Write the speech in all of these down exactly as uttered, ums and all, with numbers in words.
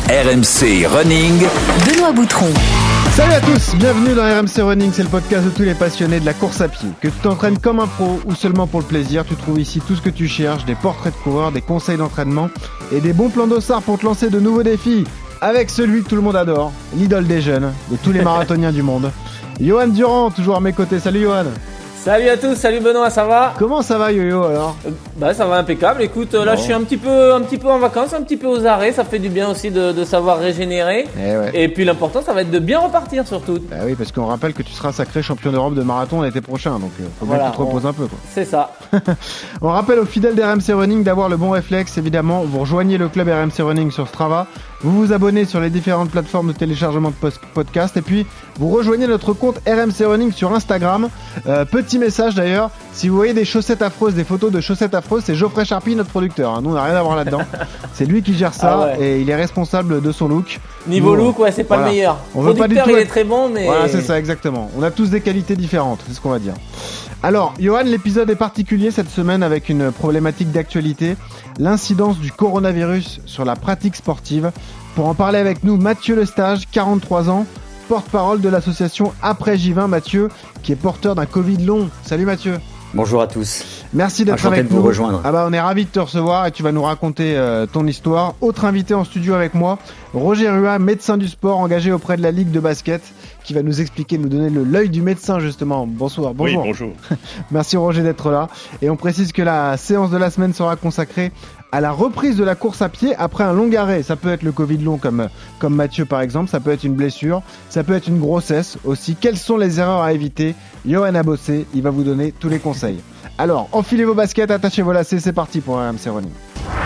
R M C Running, Benoît Boutron. Salut à tous, bienvenue dans R M C Running, c'est le podcast de tous les passionnés de la course à pied. Que tu t'entraînes comme un pro ou seulement pour le plaisir, tu trouves ici tout ce que tu cherches, des portraits de coureurs, des conseils d'entraînement et des bons plans d'ossard pour te lancer de nouveaux défis. Avec celui que tout le monde adore, l'idole des jeunes, de tous les marathoniens du monde. Johan Durand, toujours à mes côtés. Salut Johan. Salut à tous, salut Benoît, ça va? Comment ça va Yo-Yo alors? euh, Bah ça va impeccable, écoute, là bon. je suis un petit peu un petit peu en vacances, un petit peu aux arrêts, ça fait du bien aussi de, de savoir régénérer. Eh ouais. Et puis l'important ça va être de bien repartir surtout. Bah oui, parce qu'on rappelle que tu seras sacré champion d'Europe de marathon l'été prochain, donc euh, faut bien Voilà, que tu te reposes on... un peu quoi. C'est ça. On rappelle aux fidèles d'R M C Running d'avoir le bon réflexe, évidemment, vous rejoignez le club R M C Running sur Strava, vous vous abonnez sur les différentes plateformes de téléchargement de post- podcast et puis vous rejoignez notre compte R M C Running sur Instagram. Euh, petit message d'ailleurs, si vous voyez des chaussettes affreuses, des photos de chaussettes affreuses, c'est Geoffrey Charpie, notre producteur, hein. Nous on n'a rien à voir là-dedans, c'est lui qui gère ça. Ah ouais. Et il est responsable de son look. Niveau Nous, look, ouais, c'est pas voilà. le meilleur. On Le veut pas du producteur tout il être- est très bon, mais... Voilà, c'est ça, exactement. On a tous des qualités différentes, c'est ce qu'on va dire. Alors, Johan, l'épisode est particulier cette semaine avec une problématique d'actualité, l'incidence du coronavirus sur la pratique sportive. Pour en parler avec nous, Mathieu Lestage, quarante-trois ans, porte-parole de l'association Après J vingt, Mathieu, qui est porteur d'un Covid long. Salut Mathieu. Bonjour à tous. Merci d'être Enchanté avec de vous nous. rejoindre. Ah bah on est ravis de te recevoir et tu vas nous raconter euh, ton histoire. Autre invité en studio avec moi, Roger Rua, médecin du sport engagé auprès de la Ligue de basket, qui va nous expliquer, nous donner le, l'œil du médecin justement. Bonsoir. Bonjour. Oui, bonjour. Merci Roger d'être là. Et on précise que la séance de la semaine sera consacrée à la reprise de la course à pied après un long arrêt. Ça peut être le Covid long comme, comme Mathieu par exemple, ça peut être une blessure, ça peut être une grossesse aussi. Quelles sont les erreurs à éviter? Johan a bossé, il va vous donner tous les conseils. Alors, enfilez vos baskets, attachez vos lacets, c'est parti pour un R M C Running.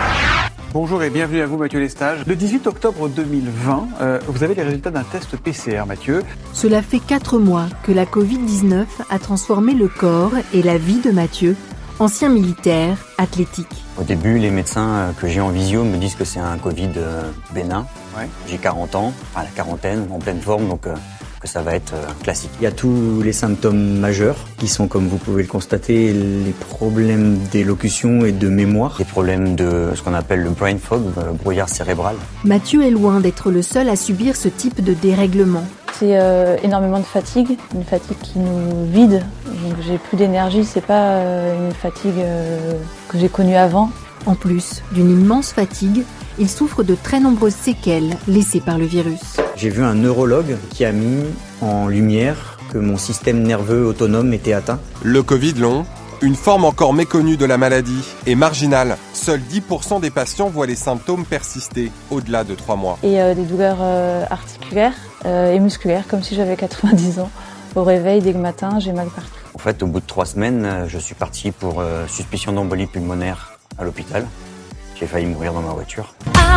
Bonjour et bienvenue à vous Mathieu Lestage. Le dix-huit octobre deux mille vingt, euh, vous avez les résultats d'un test P C R Mathieu. Cela fait quatre mois que la covid dix-neuf a transformé le corps et la vie de Mathieu, ancien militaire, athlétique. Au début, les médecins que j'ai en visio me disent que c'est un Covid bénin. Ouais. J'ai quarante ans, enfin la quarantaine, en pleine forme, donc euh, que ça va être euh, classique. Il y a tous les symptômes majeurs qui sont, comme vous pouvez le constater, les problèmes d'élocution et de mémoire, les problèmes de ce qu'on appelle le brain fog, le brouillard cérébral. Mathieu est loin d'être le seul à subir ce type de dérèglement. C'est euh, énormément de fatigue, une fatigue qui nous vide. Donc j'ai plus d'énergie, c'est pas euh, une fatigue euh, que j'ai connue avant. En plus d'une immense fatigue, il souffre de très nombreuses séquelles laissées par le virus. J'ai vu un neurologue qui a mis en lumière que mon système nerveux autonome était atteint. Le Covid long, une forme encore méconnue de la maladie, est marginale. Seuls dix pour cent des patients voient les symptômes persister au-delà de trois mois. Et euh, des douleurs euh, articulaires euh, et musculaires, comme si j'avais quatre-vingt-dix ans. Au réveil, dès le matin, j'ai mal partout. En fait, au bout de trois semaines, je suis parti pour euh, suspicion d'embolie pulmonaire à l'hôpital. J'ai failli mourir dans ma voiture.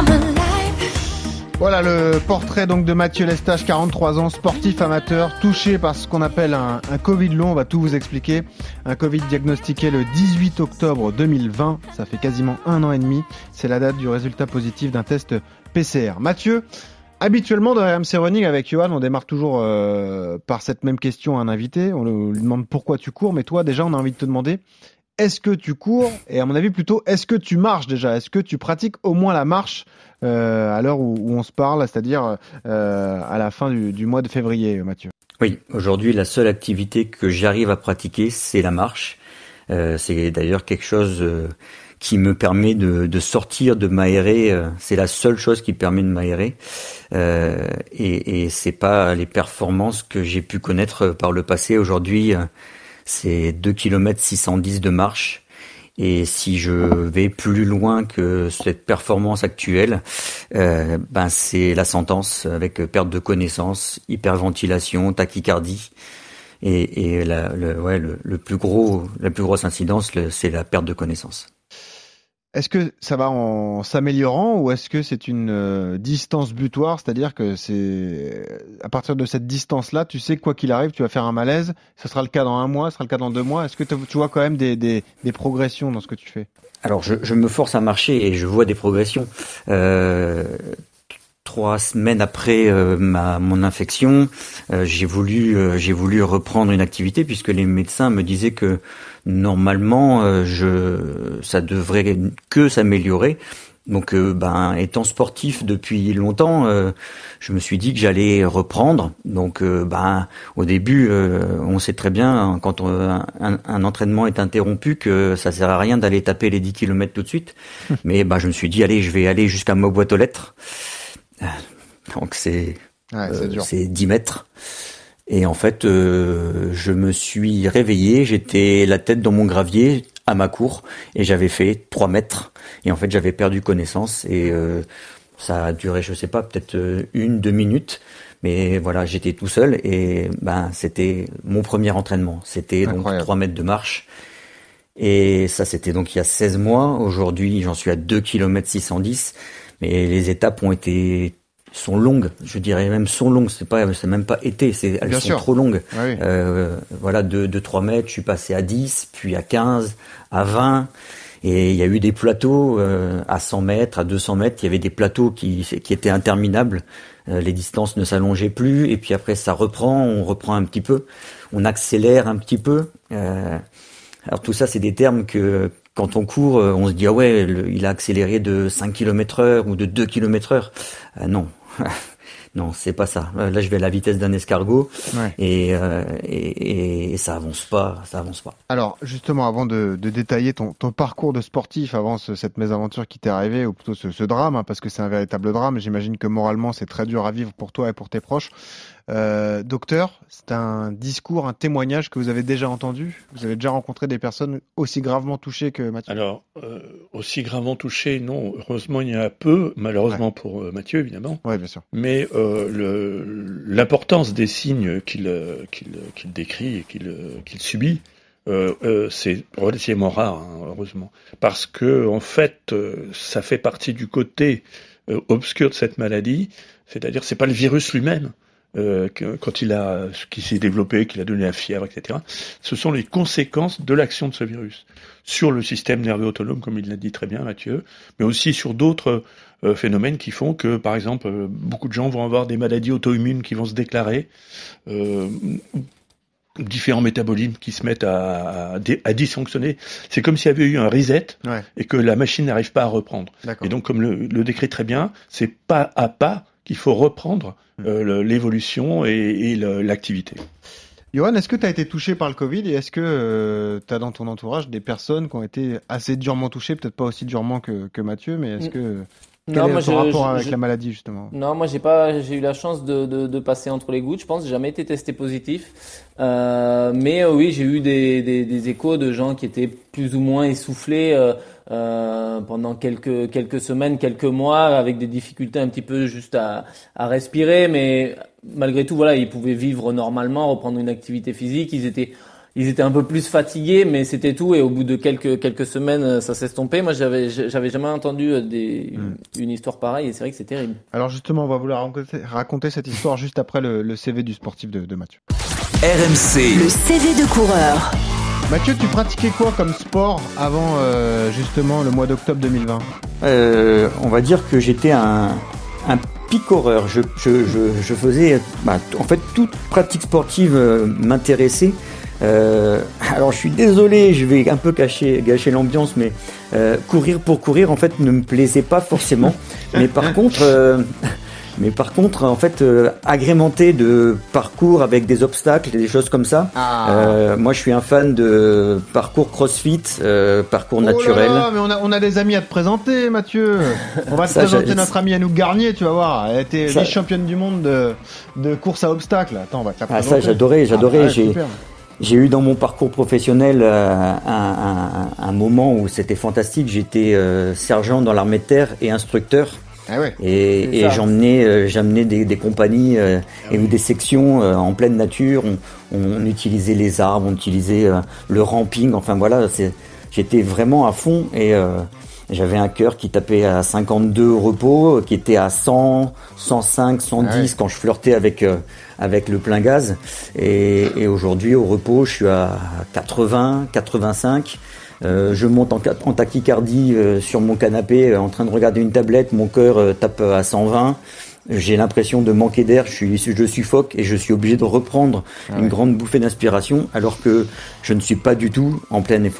Voilà le portrait donc de Mathieu Lestage, quarante-trois ans, sportif amateur, touché par ce qu'on appelle un, un Covid long, on va tout vous expliquer. Un Covid diagnostiqué le dix-huit octobre deux mille vingt, ça fait quasiment un an et demi, c'est la date du résultat positif d'un test P C R. Mathieu, habituellement dans R M C Running avec Johan, on démarre toujours euh, par cette même question à un invité, on lui demande pourquoi tu cours, mais toi déjà on a envie de te demander, est-ce que tu cours? Et à mon avis plutôt, est-ce que tu marches déjà? Est-ce que tu pratiques au moins la marche euh, à l'heure où, où on se parle, c'est-à-dire euh, à la fin du, du mois de février, Mathieu? Oui, aujourd'hui, la seule activité que j'arrive à pratiquer, c'est la marche. Euh, c'est d'ailleurs quelque chose euh, qui me permet de, de sortir, de m'aérer. Euh, c'est la seule chose qui permet de m'aérer. Euh, et, et c'est pas les performances que j'ai pu connaître par le passé. Aujourd'hui, euh, c'est deux kilomètres six cent dix de marche. Et si je vais plus loin que cette performance actuelle, euh, ben c'est la sentence avec perte de connaissance, hyperventilation, tachycardie. Et, et la, le, ouais, le, le plus gros, la plus grosse incidence, le, c'est la perte de connaissance. Est-ce que ça va en s'améliorant ou est-ce que c'est une euh, distance butoir, c'est-à-dire que c'est à partir de cette distance-là, tu sais quoi qu'il arrive, tu vas faire un malaise, ce sera le cas dans un mois, ce sera le cas dans deux mois. Est-ce que tu vois quand même des, des, des progressions dans ce que tu fais? Alors je, je me force à marcher et je vois des progressions. Euh, Trois semaines après euh, ma mon infection, euh, j'ai voulu euh, j'ai voulu reprendre une activité puisque les médecins me disaient que normalement euh, je ça devrait que s'améliorer. Donc, euh, ben, étant sportif depuis longtemps, euh, je me suis dit que j'allais reprendre. Donc, euh, ben, au début, euh, on sait très bien quand on, un, un entraînement est interrompu que ça sert à rien d'aller taper les dix kilomètres tout de suite. Mais ben, je me suis dit, allez, je vais aller jusqu'à ma boîte aux lettres. Donc, c'est, ouais, c'est, euh, dur. c'est dix mètres. Et en fait, euh, je me suis réveillé, j'étais la tête dans mon gravier à ma cour et j'avais fait trois mètres. Et en fait, j'avais perdu connaissance et euh, ça a duré, je sais pas, peut-être une, deux minutes. Mais voilà, j'étais tout seul et ben c'était mon premier entraînement. C'était donc trois mètres de marche. Et ça, c'était donc il y a seize mois. Aujourd'hui, j'en suis à deux kilomètres six cent dix. Mais les étapes ont été sont longues, je dirais même sont longues, c'est pas, c'est même pas été, c'est, elles Bien sont sûr. trop longues. Ah oui. Euh, voilà, de, de trois mètres, je suis passé à dix, puis à quinze, à vingt, et il y a eu des plateaux, euh, à cent mètres, à deux cents mètres, il y avait des plateaux qui, qui étaient interminables, euh, les distances ne s'allongeaient plus, et puis après ça reprend, on reprend un petit peu, on accélère un petit peu, euh, alors tout ça c'est des termes que, quand on court, on se dit ah ouais, le, il a accéléré de cinq kilomètres heure ou de deux kilomètres heure. Euh, non, non, c'est pas ça. Là, je vais à la vitesse d'un escargot Ouais. et, euh, et, et ça avance pas, ça avance pas. Alors, justement, avant de, de détailler ton, ton parcours de sportif, avant ce, cette mésaventure qui t'est arrivée, ou plutôt ce, ce drame, hein, parce que c'est un véritable drame, j'imagine que moralement, c'est très dur à vivre pour toi et pour tes proches. Euh, docteur, c'est un discours, un témoignage que vous avez déjà entendu? Vous avez déjà rencontré des personnes aussi gravement touchées que Mathieu? Alors, euh, aussi gravement touché, non. Heureusement, il y en a peu, malheureusement Ouais. pour euh, Mathieu, évidemment. Oui, bien sûr. Mais euh, le, l'importance des signes qu'il, euh, qu'il, qu'il décrit et qu'il, euh, qu'il subit, euh, euh, c'est relativement rare, hein, heureusement. Parce que, en fait, euh, ça fait partie du côté euh, obscur de cette maladie. C'est-à-dire, c'est pas le virus lui-même. Euh, que, quand il a, qui s'est développé, qu'il a donné la fièvre, et cetera. Ce sont les conséquences de l'action de ce virus sur le système nerveux autonome, comme il l'a dit très bien Mathieu, mais aussi sur d'autres euh, phénomènes qui font que, par exemple, euh, beaucoup de gens vont avoir des maladies auto-immunes qui vont se déclarer, euh, différents métabolismes qui se mettent à, à, à dysfonctionner. C'est comme s'il y avait eu un reset Ouais. et que la machine n'arrive pas à reprendre. D'accord. Et donc, comme le, le décrit très bien, c'est pas à pas qu'il faut reprendre euh, le, l'évolution et, et le, l'activité. Johan, est-ce que tu as été touché par le Covid et est-ce que euh, tu as dans ton entourage des personnes qui ont été assez durement touchées, peut-être pas aussi durement que, que Mathieu, mais est-ce que... Quel Non, est moi, ton je- rapport je- avec je- la maladie, justement? Non, moi j'ai pas, j'ai eu la chance de, de, de passer entre les gouttes. Je pense, j'ai jamais été testé positif, euh, mais euh, oui, j'ai eu des, des, des échos de gens qui étaient plus ou moins essoufflés euh, euh, pendant quelques quelques semaines, quelques mois, avec des difficultés un petit peu juste à, à respirer, mais malgré tout, voilà, ils pouvaient vivre normalement, reprendre une activité physique. Ils étaient Ils étaient un peu plus fatigués, mais c'était tout. Et au bout de quelques quelques semaines, ça s'est estompé. Moi, j'avais j'avais jamais entendu des Mm. une histoire pareille. Et c'est vrai que c'est terrible. Alors justement, on va vous la raconter, raconter cette histoire juste après le, le C V du sportif de, de Mathieu. R M C. Le C V de coureur. Mathieu, tu pratiquais quoi comme sport avant euh, justement le mois d'octobre deux mille vingt? Euh, on va dire que j'étais un, un picoreur. Je, je, je, je faisais, bah, en fait, toute pratique sportive euh, m'intéressait. Euh, alors je suis désolé, je vais un peu cacher, gâcher l'ambiance, mais euh, courir pour courir en fait ne me plaisait pas forcément. mais par contre, euh, mais par contre, en fait, euh, agrémenté de parcours avec des obstacles et des choses comme ça. Ah. Euh, moi, je suis un fan de parcours CrossFit, euh, parcours Oh là naturel. là, mais on a, on a des amis à te présenter, Mathieu. On va te Ça, présenter j'ai- notre amie Anouk Garnier, tu vas voir. Elle était Ça- vice-championne du monde de, de course à obstacles. Attends, on va te la Ah, présenter. ça, j'adorais, j'adorais. Ah, ouais, j'ai, super. j'ai eu dans mon parcours professionnel euh, un, un, un moment où c'était fantastique. J'étais euh, sergent dans l'armée de terre et instructeur. Ah ouais. C'est Et, et ça. j'emmenais, euh, j'emmenais des, des compagnies euh, et ou des sections euh, en pleine nature. On, on utilisait les arbres, on utilisait euh, le ramping. Enfin voilà, c'est, j'étais vraiment à fond et euh, j'avais un cœur qui tapait à cinquante-deux au repos, qui était à cent, cent cinq, cent dix Ah ouais. quand je flirtais avec euh, avec le plein gaz. Et, et aujourd'hui au repos, je suis à quatre-vingts, quatre-vingt-cinq. Euh, je monte en, ca- en tachycardie euh, sur mon canapé, euh, en train de regarder une tablette. Mon cœur euh, tape à cent vingt. J'ai l'impression de manquer d'air. Je suis, je suffoque et je suis obligé de reprendre Ah une ouais. grande bouffée d'inspiration, alors que je ne suis pas du tout en plein effort.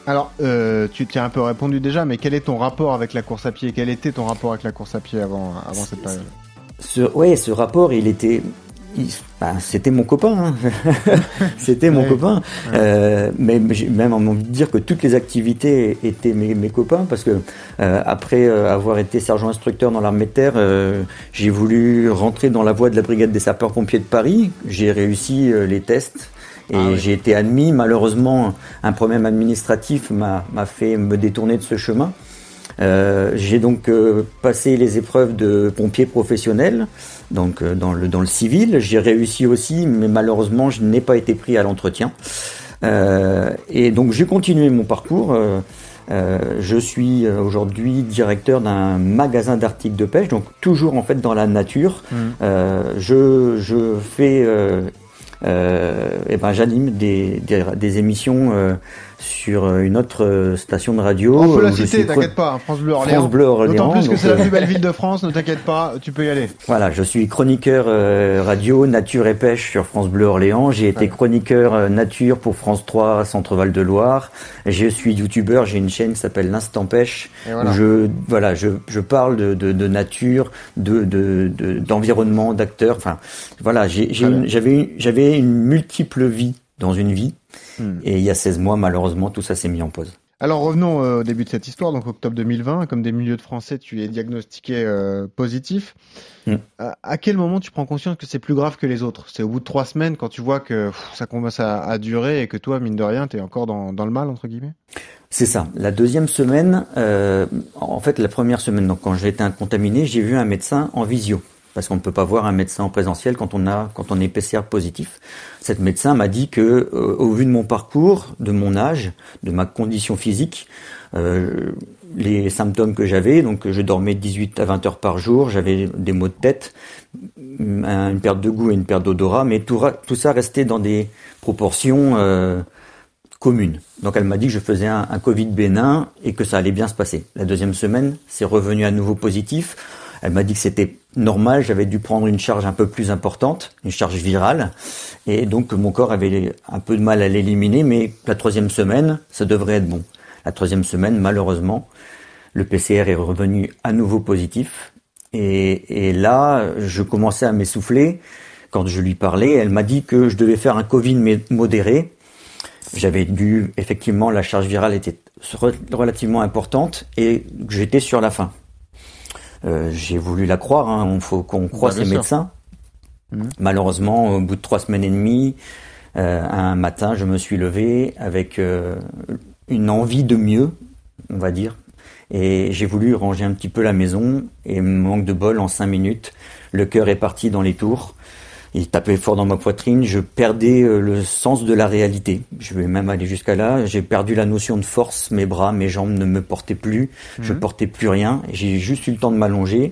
Alors, euh, tu t'y as un peu répondu déjà, mais quel est ton rapport avec la course à pied? Quel était ton rapport avec la course à pied avant, avant cette période? Ce, ouais, ce rapport, il était, il, bah, c'était mon copain. Hein. C'était mon ouais. copain. Ouais. Euh, mais j'ai même envie de dire que toutes les activités étaient mes, mes copains, parce que euh, après euh, avoir été sergent instructeur dans l'armée de terre, euh, j'ai voulu rentrer dans la voie de la brigade des sapeurs-pompiers de Paris. J'ai réussi euh, les tests. Et ah oui. j'ai été admis. Malheureusement, un problème administratif m'a, m'a fait me détourner de ce chemin. Euh, j'ai donc euh, passé les épreuves de pompier professionnel, donc euh, dans le dans le civil. J'ai réussi aussi, mais malheureusement, je n'ai pas été pris à l'entretien. Euh, et donc j'ai continué mon parcours. Euh, euh, je suis aujourd'hui directeur d'un magasin d'articles de pêche, donc toujours en fait dans la nature. Mmh. Euh, je je fais euh, Euh, et ben j'anime des, des, des émissions euh, sur une autre station de radio. On peut la citer, t'inquiète pas, hein, France Bleu Orléans. France Bleu Orléans. D'autant plus que donc, c'est la plus belle ville de France, ne t'inquiète pas, tu peux y aller. Voilà, je suis chroniqueur euh, radio nature et pêche sur France Bleu Orléans. J'ai été ouais. chroniqueur euh, nature pour France trois Centre Val de Loire. Je suis youtubeur, j'ai une chaîne qui s'appelle l'Instant Pêche. Voilà. Où je voilà, je je parle de de, de nature, de de, de d'environnement, d'acteurs. Enfin voilà, j'ai j'ai une, j'avais une, j'avais une multiple vie dans une vie. Hmm. Et il y a seize mois, malheureusement, tout ça s'est mis en pause. Alors revenons euh, au début de cette histoire, donc octobre deux mille vingt, comme des milliers de Français, tu es diagnostiqué euh, positif. Hmm. À, à quel moment tu prends conscience que c'est plus grave que les autres? C'est au bout de trois semaines, quand tu vois que pff, ça commence à, à durer et que toi, mine de rien, t'es encore dans, dans le mal, entre guillemets? C'est ça. La deuxième semaine, euh, en fait, la première semaine, donc quand j'ai été contaminé, j'ai vu un médecin en visio. Parce qu'on ne peut pas voir un médecin en présentiel quand on a, quand on est P C R positif. Cet médecin m'a dit que, euh, au vu de mon parcours, de mon âge, de ma condition physique, euh, les symptômes que j'avais, donc je dormais dix-huit à vingt heures par jour, j'avais des maux de tête, une perte de goût et une perte d'odorat, mais tout, tout ça restait dans des proportions euh, communes. Donc elle m'a dit que je faisais un, un Covid bénin et que ça allait bien se passer. La deuxième semaine, c'est revenu à nouveau positif. Elle m'a dit que c'était normal, j'avais dû prendre une charge un peu plus importante, une charge virale, et donc mon corps avait un peu de mal à l'éliminer, mais la troisième semaine, ça devrait être bon. La troisième semaine, malheureusement, le P C R est revenu à nouveau positif, et, et là, je commençais à m'essouffler. Quand je lui parlais, elle m'a dit que je devais faire un Covid modéré. J'avais dû, effectivement, la charge virale était relativement importante, et j'étais sur la fin. Euh, j'ai voulu la croire, hein. Il faut qu'on croie ces médecins. Mmh. Malheureusement, au bout de trois semaines et demie, euh, un matin, je me suis levé avec euh, une envie de mieux, on va dire. Et j'ai voulu ranger un petit peu la maison, et manque de bol, en cinq minutes, le cœur est parti dans les tours. Il tapait fort dans ma poitrine, je perdais euh, le sens de la réalité. Je vais même aller jusqu'à là, j'ai perdu la notion de force, mes bras, mes jambes ne me portaient plus, mmh. je portais plus rien, j'ai juste eu le temps de m'allonger.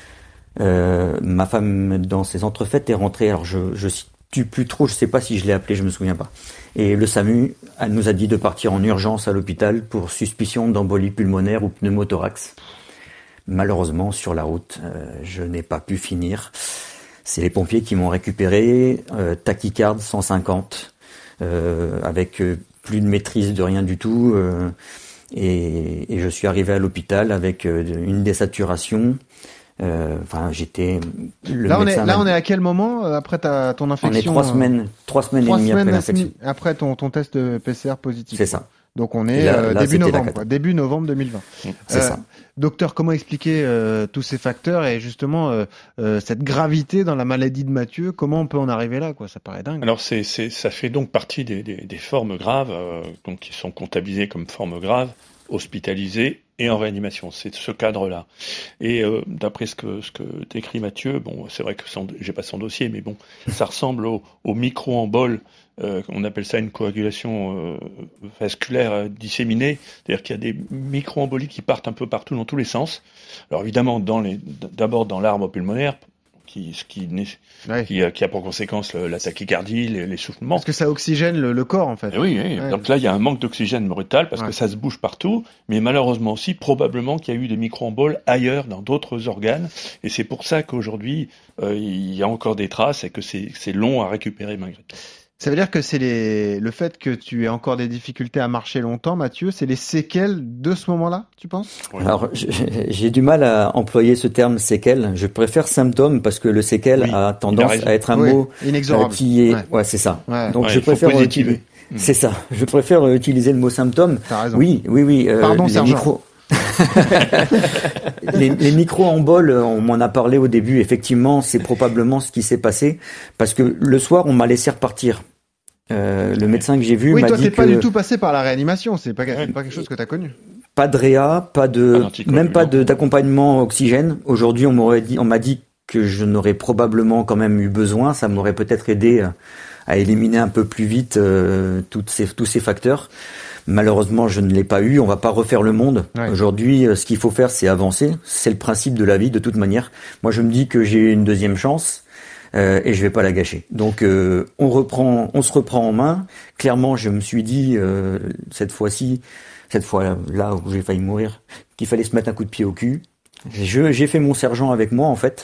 Euh, ma femme, dans ses entrefaites, est rentrée, alors je je situe plus trop, je sais pas si je l'ai appelée, je me souviens pas. Et le SAMU, elle nous a dit de partir en urgence à l'hôpital pour suspicion d'embolie pulmonaire ou pneumothorax. Malheureusement, sur la route, euh, je n'ai pas pu finir. C'est les pompiers qui m'ont récupéré, euh, tachycarde cent cinquante, euh, avec euh, plus de maîtrise de rien du tout, euh, et, et je suis arrivé à l'hôpital avec euh, une désaturation. Euh, enfin, j'étais. Le là, on est, là, on est à quel moment euh, après ta ton infection? On est trois semaines, trois semaines trois et demie après l'infection. Après ton ton test de P C R positif. C'est ça. Donc on est là, euh, là, début novembre, quoi, début novembre deux mille vingt. C'est euh, ça. Docteur, comment expliquer euh, tous ces facteurs et justement euh, euh, cette gravité dans la maladie de Mathieu? Comment on peut en arriver là, quoi? Ça paraît dingue. Alors c'est, c'est, ça fait donc partie des, des, des formes graves, euh, donc qui sont comptabilisées comme formes graves, hospitalisées et en réanimation. C'est ce cadre-là. Et euh, d'après ce que ce que décrit Mathieu, bon, c'est vrai que son, j'ai pas son dossier, mais bon, ça ressemble au, au micro-embole. Euh, on appelle ça une coagulation euh, vasculaire euh, disséminée, c'est-à-dire qu'il y a des micro-embolies qui partent un peu partout dans tous les sens. Alors évidemment, dans les, d'abord dans l'arbre pulmonaire, qui, ce qui, ouais. qui, qui a pour conséquence le, la tachycardie, les, l'essoufflement. Parce que ça oxygène le, le corps, en fait. Et oui, oui. Ouais. Donc là, il y a un manque d'oxygène brutal parce ouais. que ça se bouge partout, mais malheureusement aussi, probablement qu'il y a eu des micro-emboles ailleurs, dans d'autres organes, et c'est pour ça qu'aujourd'hui, euh, il y a encore des traces et que c'est, c'est long à récupérer malgré tout. Ça veut dire que c'est les... le fait que tu aies encore des difficultés à marcher longtemps, Mathieu, c'est les séquelles de ce moment-là, tu penses? Oui. Alors, j'ai, j'ai du mal à employer ce terme séquelles. Je préfère symptômes parce que le séquelle Oui, a tendance à être un Oui, mot inexorable. euh, qui est, Ouais. ouais, c'est ça. Ouais. Donc, Ouais, je il faut préfère positiver. utiliser. C'est ça. Je préfère euh, utiliser le mot symptôme. T'as raison. Oui, oui, oui. euh, Pardon, les sergent. micros. les, les micro-emboles, on m'en a parlé au début. Effectivement, c'est probablement ce qui s'est passé parce que le soir, on m'a laissé repartir. Euh, le médecin que j'ai vu Oui, m'a toi, dit t'es que pas du tout passé par la réanimation. C'est pas, c'est pas quelque chose que t'as connu. pas de réa, pas Pas de, d'anticoagulant. même pas de, d'accompagnement oxygène. Aujourd'hui, on m'aurait dit, on m'a dit que je n'aurais probablement quand même eu besoin. Ça m'aurait peut-être aidé à, à éliminer un peu plus vite euh, toutes ces, tous ces facteurs. Malheureusement, je ne l'ai pas eu. On va pas refaire le monde. Ouais. Aujourd'hui, euh, ce qu'il faut faire, c'est avancer. C'est le principe de la vie, de toute manière. Moi, je me dis que j'ai une deuxième chance. Euh, et je vais pas la gâcher. Donc euh, on reprend, on se reprend en main. Clairement, je me suis dit euh, cette fois-ci, cette fois là où j'ai failli mourir, qu'il fallait se mettre un coup de pied au cul. Je, j'ai fait mon sergent avec moi en fait.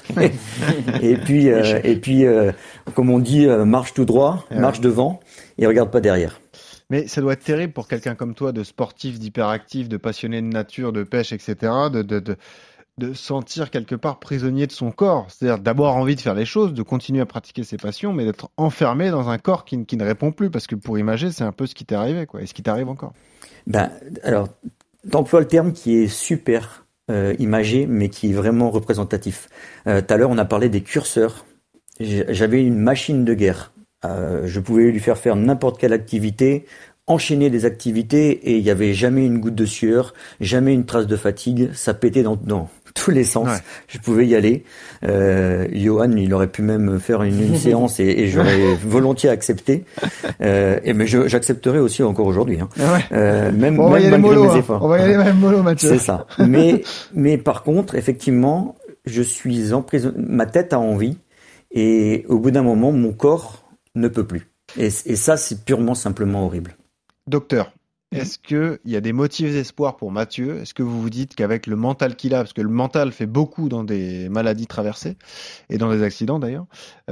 et puis, euh, et puis, euh, comme on dit, euh, marche tout droit, Ouais. marche devant et regarde pas derrière. Mais ça doit être terrible pour quelqu'un comme toi, de sportif, d'hyperactif, de passionné de nature, de pêche, et cetera, de, de, de, de sentir quelque part prisonnier de son corps. C'est-à-dire d'avoir envie de faire les choses, de continuer à pratiquer ses passions, mais d'être enfermé dans un corps qui, qui ne répond plus. Parce que pour imager, c'est un peu ce qui t'est arrivé, quoi, et ce qui t'arrive encore. Ben, alors, t'emploies le terme qui est super euh, imagé, mais qui est vraiment représentatif. Euh, tout à l'heure, on a parlé des curseurs. J'ai- J'avais une machine de guerre. Euh, je pouvais lui faire faire n'importe quelle activité, enchaîner des activités, et il n'y avait jamais une goutte de sueur, jamais une trace de fatigue. Ça pétait dans, dans tous les sens. Ouais. Je pouvais y aller. Euh, Johan, il aurait pu même faire une, une séance et, et j'aurais volontiers accepté. Euh, et mais je, j'accepterai aussi encore aujourd'hui. Hein. Ah ouais. Euh, même, Bon, on va y même aller malgré mollo, mes hein. efforts. On va y aller même mollo, Mathieu. C'est ça. Mais, mais par contre, effectivement, je suis emprisonné. Ma tête a envie, et au bout d'un moment, mon corps ne peut plus. Et, et ça, c'est purement simplement horrible. Docteur, est-ce qu'il y a des motifs d'espoir pour Mathieu? Est-ce que vous vous dites qu'avec le mental qu'il a, parce que le mental fait beaucoup dans des maladies traversées, et dans des accidents d'ailleurs,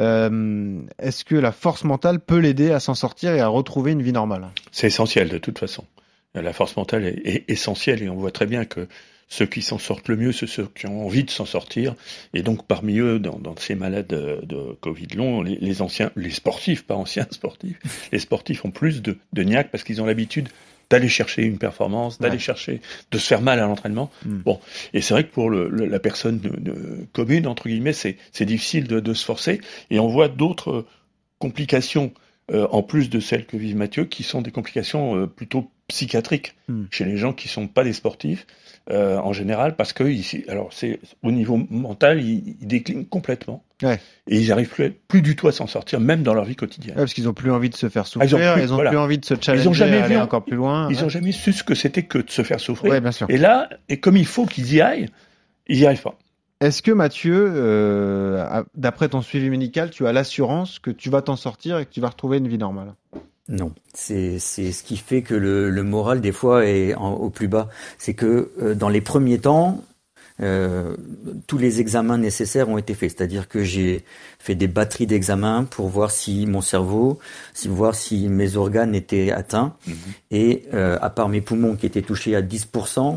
euh, est-ce que la force mentale peut l'aider à s'en sortir et à retrouver une vie normale? C'est essentiel de toute façon. La force mentale est, est essentielle et on voit très bien que ceux qui s'en sortent le mieux, c'est ceux qui ont envie de s'en sortir. Et donc parmi eux, dans, dans ces malades de, de Covid long, les, les anciens, les sportifs, pas anciens sportifs, les sportifs ont plus de, de niaque parce qu'ils ont l'habitude d'aller chercher une performance, d'aller Ouais. chercher, de se faire mal à l'entraînement. Mm. Bon, et c'est vrai que pour le, le- la personne de, de commune, entre guillemets, c'est, c'est difficile de, de se forcer. Et on voit d'autres complications, euh, en plus de celles que vit Mathieu, qui sont des complications euh, plutôt psychiatriques Mm. chez les gens qui sont pas des sportifs, euh, en général, parce que ici, alors c'est au niveau mental, ils, ils déclinent complètement. Ouais. Et ils n'arrivent plus, plus du tout à s'en sortir, même dans leur vie quotidienne. Ouais, parce qu'ils ont plus envie de se faire Ah, souffrir, ils ont plus- ils ont voilà. plus envie de se challenger, Ils ont jamais à aller vu- encore plus loin. Ils ouais. ont jamais su ce que c'était que de se faire souffrir. Ouais, bien sûr. Et là, et comme il faut qu'ils y aillent, ils n'y arrivent pas. Est-ce que Mathieu, euh, à- d'après ton suivi médical, tu as l'assurance que tu vas t'en sortir et que tu vas retrouver une vie normale? Non, c'est c'est ce qui fait que le, le moral des fois est en- au plus bas. C'est que euh, dans les premiers temps, euh, tous les examens nécessaires ont été faits. C'est-à-dire que j'ai fait des batteries d'examens pour voir si mon cerveau, si voir si mes organes étaient atteints. Mhm. Et euh, à part mes poumons qui étaient touchés à dix pour cent,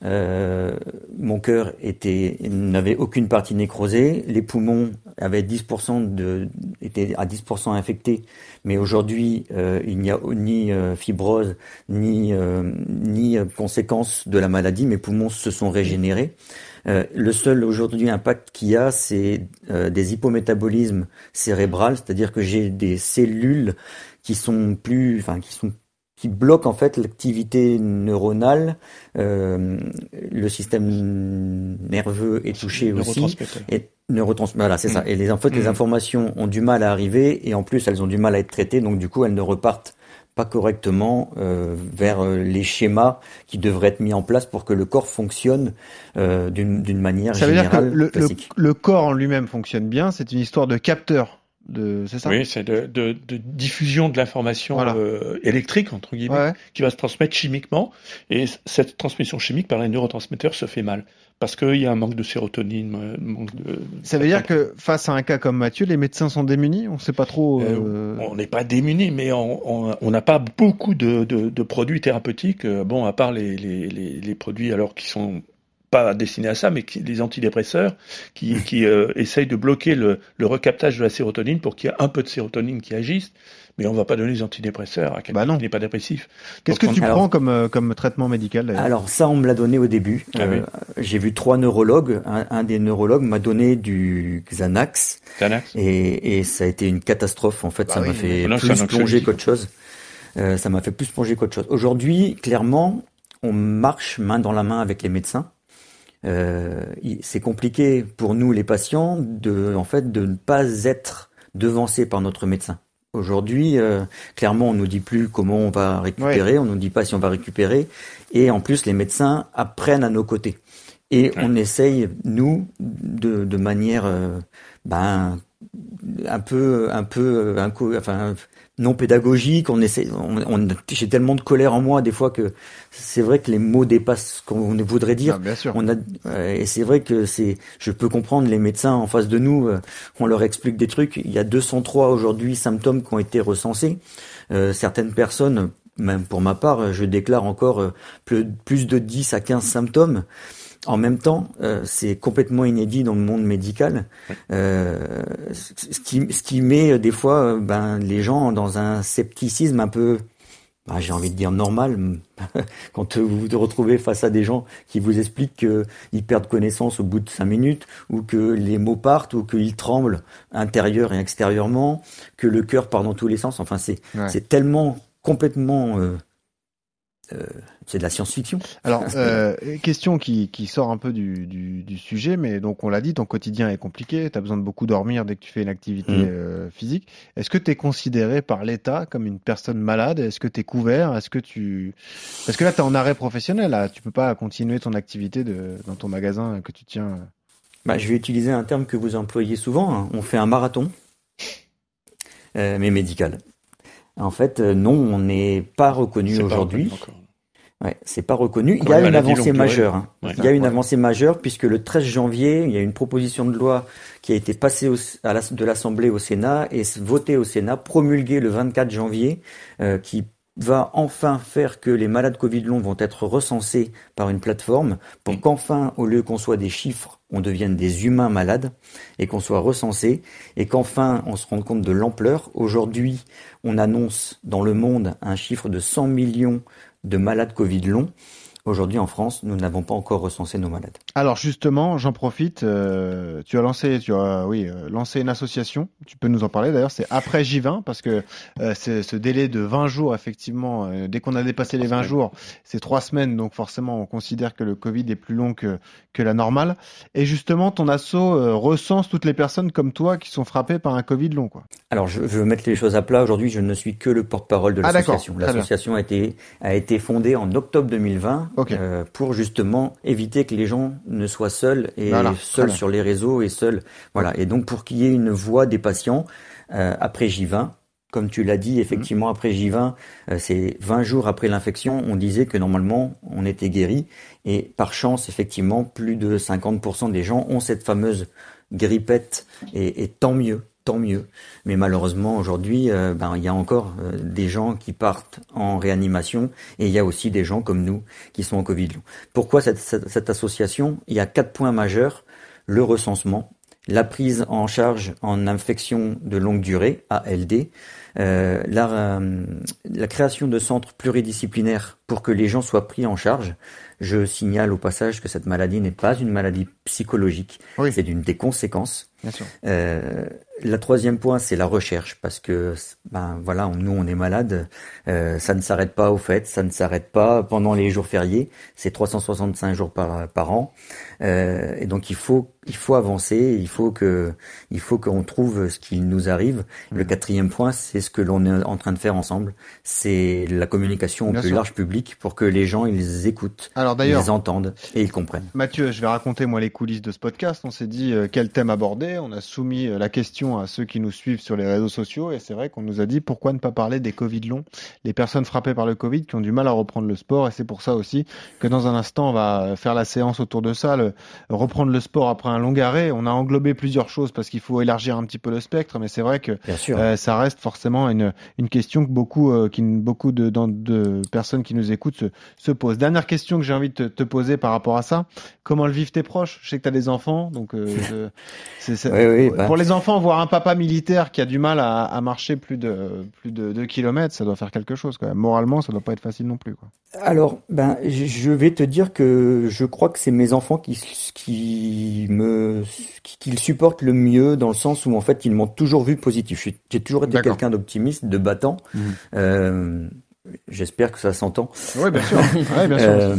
euh, mon cœur était n'avait aucune partie nécrosée. Les poumons avaient dix pour cent de étaient à dix pour cent infectés. Mais aujourd'hui, euh, il n'y a ni euh, fibrose ni euh, ni euh, conséquence de la maladie. Mes poumons se sont régénérés. Euh, le seul aujourd'hui impact qu'il y a, c'est euh, des hypométabolismes cérébral, c'est-à-dire que j'ai des cellules qui sont plus, enfin qui sont qui bloquent en fait l'activité neuronale. Euh, le système nerveux est touché aussi. Neurotransmetteurs. Et neurotransmetteurs, voilà, c'est Mm. ça. Et les, en fait, les Mm. informations ont du mal à arriver et en plus, elles ont du mal à être traitées. Donc, du coup, elles ne repartent pas correctement euh, vers euh, les schémas qui devraient être mis en place pour que le corps fonctionne euh, d'une d'une manière Ça veut dire que générale le, le, classique. le corps en lui-même fonctionne bien, c'est une histoire de capteur. De, c'est ça? Oui, c'est de, de, de diffusion de l'information Voilà. euh, électrique, entre guillemets, Ouais. qui va se transmettre chimiquement. Et cette transmission chimique par les neurotransmetteurs se fait mal. parce qu'il y a un manque de sérotonine, un manque de... Ça veut dire que face à un cas comme Mathieu, les médecins sont démunis? On ne sait pas trop... Euh... Euh, on n'est pas démunis, mais on n'a pas beaucoup de, de, de produits thérapeutiques, bon, à part les, les, les, les produits alors qui sont pas destinés à ça, mais qui, les antidépresseurs qui, qui euh, essayent de bloquer le, le recaptage de la sérotonine pour qu'il y ait un peu de sérotonine qui agisse. Mais on ne va pas donner des antidépresseurs à quelqu'un bah qui n'est pas dépressif. Qu'est-ce que tu alors, prends comme, euh, comme traitement médical d'ailleurs? Alors ça, on me l'a donné au début. Ah, euh, oui. J'ai vu trois neurologues. Un, un des neurologues m'a donné du Xanax. Xanax. Et, et ça a été une catastrophe. En fait, bah ça oui, m'a fait non, plus plonger qu'autre chose. Euh, ça m'a fait plus plonger qu'autre chose. Aujourd'hui, clairement, on marche main dans la main avec les médecins. Euh, c'est compliqué pour nous, les patients, de, en fait, de ne pas être devancés par notre médecin. Aujourd'hui, euh, clairement, on nous dit plus comment on va récupérer, ouais. on nous dit pas si on va récupérer, et en plus, les médecins apprennent à nos côtés. Et ouais. on essaye, nous, de, de manière, euh, ben, un peu, un peu, un, enfin, non pédagogique. On essaie, on, on, j'ai tellement de colère en moi des fois que c'est vrai que les mots dépassent ce qu'on voudrait dire. Ah, bien sûr. On a, euh, et c'est vrai que c'est, je peux comprendre les médecins en face de nous. Euh, on leur explique des trucs. Il y a deux cent trois aujourd'hui symptômes qui ont été recensés. Euh, certaines personnes, même pour ma part, je déclare encore euh, plus, plus de dix à quinze symptômes. En même temps, euh, c'est complètement inédit dans le monde médical, euh, ce qui, ce qui met des fois ben, les gens dans un scepticisme un peu, ben, j'ai envie de dire normal, quand vous vous retrouvez face à des gens qui vous expliquent qu'ils perdent connaissance au bout de cinq minutes, ou que les mots partent, ou qu'ils tremblent intérieur et extérieurement, que le cœur part dans tous les sens. Enfin, c'est, ouais. c'est tellement complètement... Euh, Euh, c'est de la science-fiction. Alors, euh, question qui, qui sort un peu du, du, du sujet, mais donc on l'a dit, ton quotidien est compliqué, tu as besoin de beaucoup dormir dès que tu fais une activité mmh. euh, physique. Est-ce que tu es considéré par l'État comme une personne malade? Est-ce que tu es couvert? Est-ce que tu... Parce que là, tu es en arrêt professionnel, là. Tu peux pas continuer ton activité de, dans ton magasin que tu tiens. Bah, je vais utiliser un terme que vous employez souvent, hein. On fait un marathon, euh, mais médical. En fait, euh, non, on n'est pas reconnu c'est aujourd'hui. Pas reconnu Ouais, c'est pas reconnu. Quand il y a une avancée majeure. Hein. Ouais, il y a une ouais. avancée majeure puisque le treize janvier, il y a une proposition de loi qui a été passée au, à la, de l'Assemblée au Sénat et votée au Sénat, promulguée le vingt-quatre janvier, euh, qui va enfin faire que les malades Covid long vont être recensés par une plateforme pour mmh. qu'enfin, au lieu qu'on soit des chiffres, on devienne des humains malades et qu'on soit recensés et qu'enfin on se rende compte de l'ampleur. Aujourd'hui, on annonce dans le monde un chiffre de cent millions de malades Covid long. Aujourd'hui, en France, nous n'avons pas encore recensé nos malades. Alors justement, j'en profite. Euh, tu as lancé, tu as, oui, euh, lancé une association. Tu peux nous en parler d'ailleurs. C'est après J vingt parce que euh, c'est ce délai de vingt jours, effectivement, euh, dès qu'on a dépassé les vingt jours, c'est trois semaines. Donc forcément, on considère que le Covid est plus long que que la normale. Et justement, ton asso euh, recense toutes les personnes comme toi qui sont frappées par un Covid long, quoi. Alors, je, je veux mettre les choses à plat. Aujourd'hui, je ne suis que le porte-parole de l'association. Ah, l'association a été a été fondée en octobre deux mille vingt. Okay. Euh, pour justement éviter que les gens ne soient seuls et voilà, seuls sur les réseaux et seuls. Voilà. Et donc pour qu'il y ait une voix des patients euh, après J vingt, comme tu l'as dit, effectivement mmh. après J vingt, euh, c'est vingt jours après l'infection, on disait que normalement on était guéri et par chance effectivement plus de cinquante pour cent des gens ont cette fameuse grippette et, et tant mieux. Tant mieux. Mais malheureusement, aujourd'hui, euh, ben, il y a encore euh, des gens qui partent en réanimation et il y a aussi des gens comme nous qui sont en Covid long. Pourquoi cette, cette, cette association? Il y a quatre points majeurs. Le recensement, la prise en charge en infection de longue durée, A L D, euh, la, euh, la création de centres pluridisciplinaires pour que les gens soient pris en charge. Je signale au passage que cette maladie n'est pas une maladie psychologique, oui. c'est une des conséquences. Bien sûr. Euh, la troisième point, c'est la recherche, parce que ben voilà, on, nous on est malade, euh, ça ne s'arrête pas aux fêtes, ça ne s'arrête pas pendant les jours fériés, c'est trois cent soixante-cinq jours par par an, euh, et donc il faut il faut avancer, il faut que il faut qu'on trouve ce qui nous arrive. Mmh. Le quatrième point, c'est ce que l'on est en train de faire ensemble, c'est la communication au Bien plus sûr. large public. public pour que les gens, ils les écoutent, Alors ils d'ailleurs, les entendent et ils comprennent. Mathieu, je vais raconter moi les coulisses de ce podcast. On s'est dit euh, quel thème aborder. On a soumis euh, la question à ceux qui nous suivent sur les réseaux sociaux et c'est vrai qu'on nous a dit pourquoi ne pas parler des Covid longs, les personnes frappées par le Covid qui ont du mal à reprendre le sport et c'est pour ça aussi que dans un instant on va faire la séance autour de ça, le, reprendre le sport après un long arrêt. On a englobé plusieurs choses parce qu'il faut élargir un petit peu le spectre, mais c'est vrai que Bien sûr. euh, ça reste forcément une, une question que beaucoup, euh, qui, beaucoup de, dans, de personnes qui nous écoutent se, se posent. Dernière question que j'ai envie de te, te poser par rapport à ça. Comment le vivent tes proches? Je sais que tu as des enfants, donc euh, je- c'est, c'est- Oui, oui, bah. pour les enfants, voir un papa militaire qui a du mal à, à marcher plus de plus de deux kilomètres, ça doit faire quelque chose quand même. Moralement, ça doit pas être facile non plus, quoi. Alors, ben, je je vais te dire que je crois que c'est mes enfants qui, qui me, qui, qui le supportent le mieux dans le sens où en fait ils m'ont toujours vu positif. Je suis- J'ai toujours été D'accord. quelqu'un d'optimiste, de battant. Mhm. Euh, j'espère que ça s'entend. Oui, bien sûr. Ouais, bien sûr. Euh,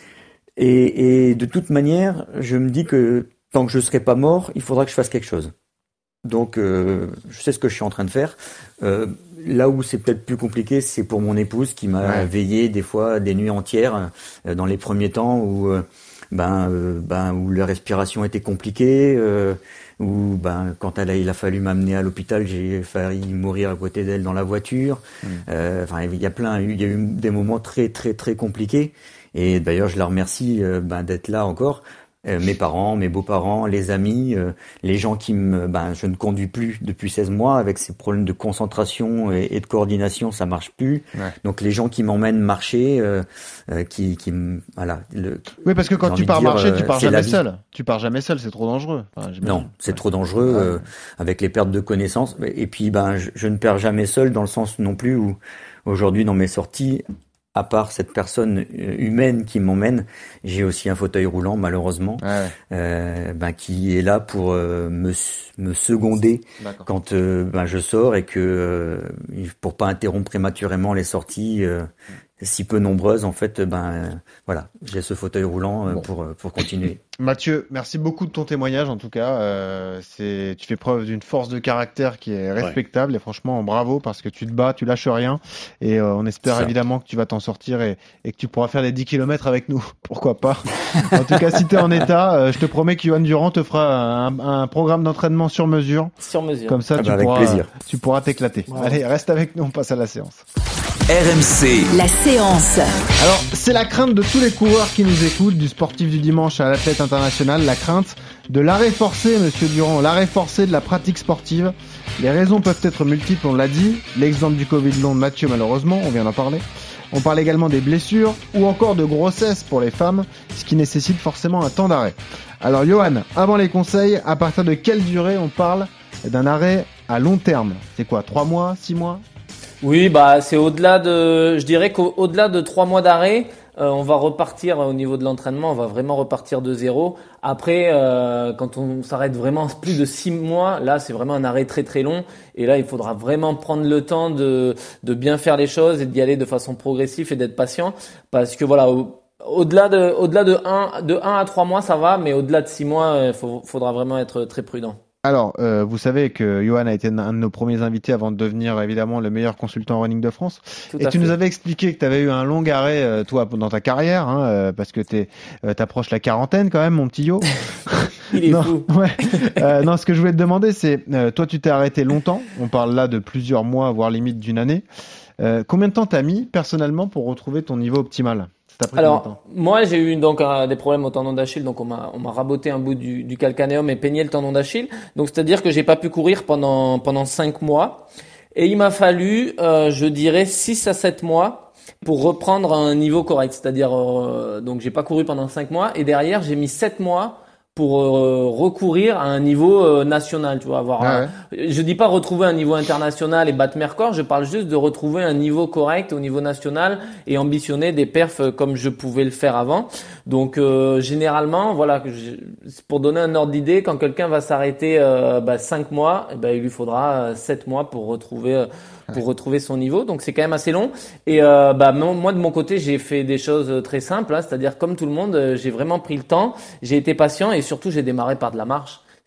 et, et de toute manière, je me dis que tant que je serai pas mort, il faudra que je fasse quelque chose. Donc, euh, je sais ce que je suis en train de faire. Euh, là où c'est peut-être plus compliqué, c'est pour mon épouse qui m'a Ouais. veillé des fois des nuits entières euh, dans les premiers temps où, euh, ben, euh, ben, où la respiration était compliquée, euh, où ben, quand elle a, il a fallu m'amener à l'hôpital, j'ai failli mourir à côté d'elle dans la voiture. Euh, Enfin, il y a plein, il y a eu des moments très, très, très compliqués. Et d'ailleurs, je la remercie euh, ben, d'être là encore. Euh, mes parents, mes beaux-parents, les amis, euh, les gens qui me, ben, je ne conduis plus depuis seize mois avec ces problèmes de concentration et, et de coordination, ça marche plus. Ouais. Donc les gens qui m'emmènent marcher, euh, euh, qui, qui, me- voilà. Le, Oui, parce que quand j'ai tu envie de pars dire, marcher, tu euh, pars c'est la jamais vie. seul. Tu pars jamais seul, c'est trop dangereux. Enfin, j'imagine. Non, c'est Ouais. trop dangereux Ouais. euh, avec les pertes de connaissances. Et puis, ben, je, je ne perds jamais seul dans le sens non plus où aujourd'hui dans mes sorties, à part cette personne euh, humaine qui m'emmène, j'ai aussi un fauteuil roulant malheureusement, Ouais, euh, ben, qui est là pour euh, me, me seconder d'accord. quand euh, ben, je sors et que euh, pour pas interrompre prématurément les sorties euh, si peu nombreuses en fait, ben euh, voilà, j'ai ce fauteuil roulant euh, Bon. pour euh, pour continuer. Mathieu, merci beaucoup de ton témoignage en tout cas. Euh, c'est, tu fais preuve d'une force de caractère qui est respectable et franchement bravo parce que tu te bats, tu lâches rien et euh, on espère Ça. évidemment que tu vas t'en sortir et, et que tu pourras faire les dix kilomètres avec nous. Pourquoi pas. En tout cas, si tu es en état, euh, je te promets que Yoann Durand te fera un, un programme d'entraînement sur mesure. Sur mesure. Comme ça, Ah tu, bah, avec pourras, plaisir. tu pourras t'éclater. Bravo. Allez, reste avec nous, on passe à la séance. R M C, La séance. Alors, c'est la crainte de tous les coureurs qui nous écoutent, du sportif du dimanche à l'athlète international, la crainte de l'arrêt forcé, monsieur Durand, l'arrêt forcé de la pratique sportive. Les raisons peuvent être multiples, on l'a dit. L'exemple du Covid long de Mathieu, malheureusement, on vient d'en parler. On parle également des blessures ou encore de grossesse pour les femmes, ce qui nécessite forcément un temps d'arrêt. Alors, Johan, avant les conseils, à partir de quelle durée on parle d'un arrêt à long terme? C'est quoi, trois mois, six mois? Oui, bah c'est au-delà de, je dirais qu'au-delà de trois mois d'arrêt, euh, on va repartir au niveau de l'entraînement, on va vraiment repartir de zéro. Après, euh, quand on s'arrête vraiment plus de six mois, là c'est vraiment un arrêt très très long. Et là, il faudra vraiment prendre le temps de de bien faire les choses et d'y aller de façon progressive et d'être patient, parce que voilà. Au, Au-delà de, au-delà de un, de un à trois mois, ça va, mais au-delà de six mois, il faut, faudra vraiment être très prudent. Alors, euh, vous savez que Johan a été un de nos premiers invités avant de devenir évidemment le meilleur consultant running de France. Tout Et à tu fait. nous avais expliqué que tu avais eu un long arrêt, euh, toi, dans ta carrière, hein, euh, parce que tu euh, t'approches la quarantaine quand même, mon petit Yo. Il est non, fou. ouais. Euh, non, ce que je voulais te demander, c'est, euh, toi, tu t'es arrêté longtemps. On parle là de plusieurs mois, voire limite d'une année. Euh, combien de temps t'as mis personnellement pour retrouver ton niveau optimal? Ça t'a pris combien de temps? Alors, moi, j'ai eu donc euh, des problèmes au tendon d'Achille, donc on m'a on m'a raboté un bout du, du calcanéum et peigné le tendon d'Achille. Donc, c'est-à-dire que j'ai pas pu courir pendant pendant cinq mois. Et il m'a fallu, euh, je dirais, six à sept mois pour reprendre un niveau correct. C'est-à-dire, euh, donc j'ai pas couru pendant cinq mois et derrière j'ai mis sept mois pour euh, recourir à un niveau euh, national, tu vois, avoir. Ah un- ouais. Je dis pas retrouver un niveau international et battre mes records, je parle juste de retrouver un niveau correct au niveau national et ambitionner des perfs euh, comme je pouvais le faire avant. Donc euh, généralement, voilà, que je- c'est pour donner un ordre d'idée, quand quelqu'un va s'arrêter euh, bah, cinq mois, eh ben, il lui faudra euh, sept mois pour retrouver euh, pour retrouver son niveau. Donc c'est quand même assez long. Et euh, bah mon- moi de mon côté, j'ai fait des choses très simples, hein, c'est-à-dire comme tout le monde, euh, j'ai vraiment pris le temps, j'ai été patient et surtout j'ai démarré par de la marche.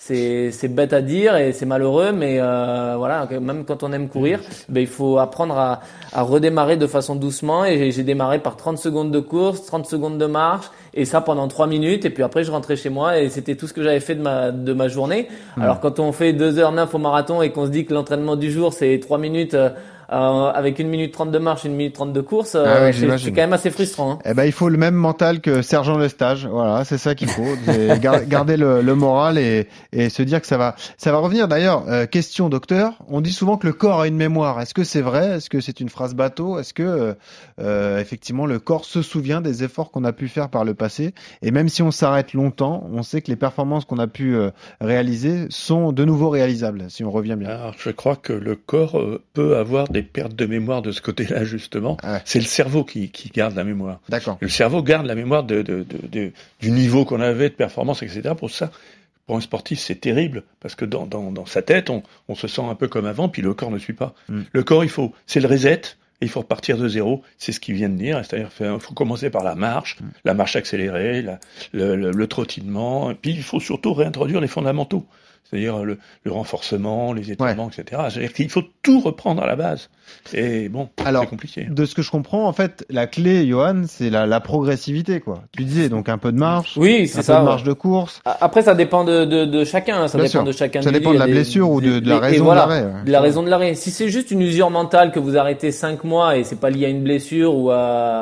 c'est, c'est bête à dire et c'est malheureux, mais euh, voilà, même quand on aime courir, ben, il faut apprendre à, à redémarrer de façon doucement. Et j'ai, j'ai démarré par trente secondes de course, trente secondes de marche, et ça pendant trois minutes. Et puis après, je rentrais chez moi et c'était tout ce que j'avais fait de ma de ma journée. Mmh. Alors quand on fait deux heures neuf au marathon et qu'on se dit que l'entraînement du jour c'est trois minutes. Euh, Euh, avec une minute trente de marche, une minute trente de course, euh, ah oui, c'est, c'est quand même assez frustrant. Hein. Eh ben, il faut le même mental que Sergent Lestage. Voilà, c'est ça qu'il faut. gar- garder le, le moral et, et se dire que ça va, ça va revenir. D'ailleurs, euh, question docteur, on dit souvent que le corps a une mémoire. Est-ce que c'est vrai? Est-ce que c'est une phrase bateau? Est-ce que euh, effectivement le corps se souvient des efforts qu'on a pu faire par le passé? Et même si on s'arrête longtemps, on sait que les performances qu'on a pu euh, réaliser sont de nouveau réalisables, si on revient bien. Alors, je crois que le corps euh, peut avoir des pertes de mémoire de ce côté-là, justement. Ah ouais. C'est le cerveau qui, qui garde la mémoire. D'accord. Le cerveau garde la mémoire de, de, de, de, du niveau qu'on avait, de performance, et cetera. Pour ça, pour un sportif, c'est terrible, parce que dans, dans, dans sa tête, on, on se sent un peu comme avant, puis le corps ne suit pas. Mm. Le corps, il faut, c'est le reset, et il faut repartir de zéro. C'est ce qu'il vient de dire, c'est-à-dire qu'il faut commencer par la marche, mm. la marche accélérée, la, le, le, le trottinement, et puis il faut surtout réintroduire les fondamentaux. C'est-à-dire le, le renforcement, les étirements, ouais. et cetera. C'est-à-dire qu'il faut tout reprendre à la base. Et bon, alors, c'est compliqué. De ce que je comprends, en fait, la clé, Johan, c'est la, la progressivité, quoi. Tu disais donc un peu de marche, oui, c'est un ça, peu de marche ouais. de course. Après, ça dépend de, de, de chacun. Ça Bien dépend sûr. de chacun. Ça dépend de la des, blessure des, ou de, de la des, raison voilà, de l'arrêt. Ouais. De la raison de l'arrêt. Si c'est juste une usure mentale que vous arrêtez cinq mois et c'est pas lié à une blessure ou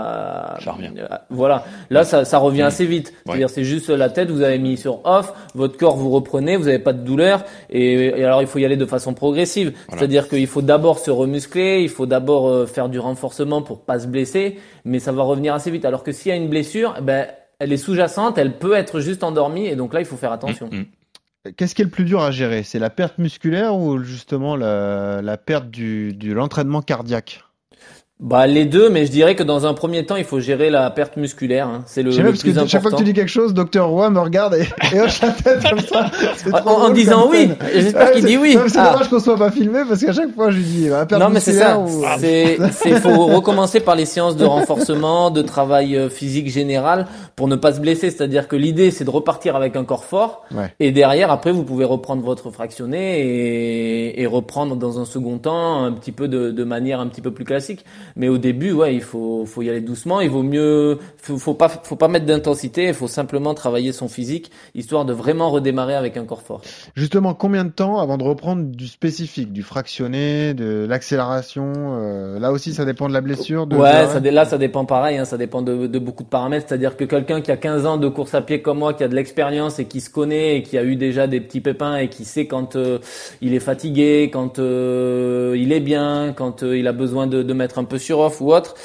à, ça revient. Voilà. Là, ça, ça revient mmh. assez vite. Ouais. C'est-à-dire, c'est juste la tête, vous avez mis sur off, votre corps vous reprenez, vous avez pas de douleur et, et alors il faut y aller de façon progressive. Voilà. C'est-à-dire qu'il faut d'abord se remuscler, il faut d'abord euh, faire du renforcement pour pas se blesser, mais ça va revenir assez vite. Alors que s'il y a une blessure, ben, elle est sous-jacente, elle peut être juste endormie, et donc là, il faut faire attention. Mmh. Qu'est-ce qui est le plus dur à gérer? C'est la perte musculaire ou justement la, la perte du, de l'entraînement cardiaque? Bah les deux, mais je dirais que dans un premier temps, il faut gérer la perte musculaire. Hein. C'est le, le parce plus que important. Chaque fois que tu dis quelque chose, docteur Roy me regarde et, et hoche la tête comme ça. En, en disant oui, j'espère ouais, qu'il dit oui. Non, c'est ah. dommage qu'on soit pas filmé parce qu'à chaque fois je lui dis la perte non mais c'est ça. Ou... C'est, c'est faut recommencer par les séances de renforcement, de travail physique général pour ne pas se blesser. C'est-à-dire que l'idée c'est de repartir avec un corps fort ouais. et derrière après vous pouvez reprendre votre fractionné et, et reprendre dans un second temps un petit peu de, de manière un petit peu plus classique. Mais au début ouais. Il faut, faut y aller doucement. Il vaut mieux, faut, faut pas, faut pas mettre d'intensité. Il faut simplement travailler son physique, histoire de vraiment redémarrer avec un corps fort. Justement, combien de temps avant de reprendre du spécifique, du fractionné, de l'accélération euh, là aussi, ça dépend de la blessure. De ouais, ça, là, ça dépend pareil. Hein, ça dépend de, de beaucoup de paramètres. C'est-à-dire que quelqu'un qui a quinze ans de course à pied comme moi, qui a de l'expérience et qui se connaît et qui a eu déjà des petits pépins et qui sait quand euh, il est fatigué, quand euh, il est bien, quand euh, il a besoin de, de mettre un peu sur off ou autre.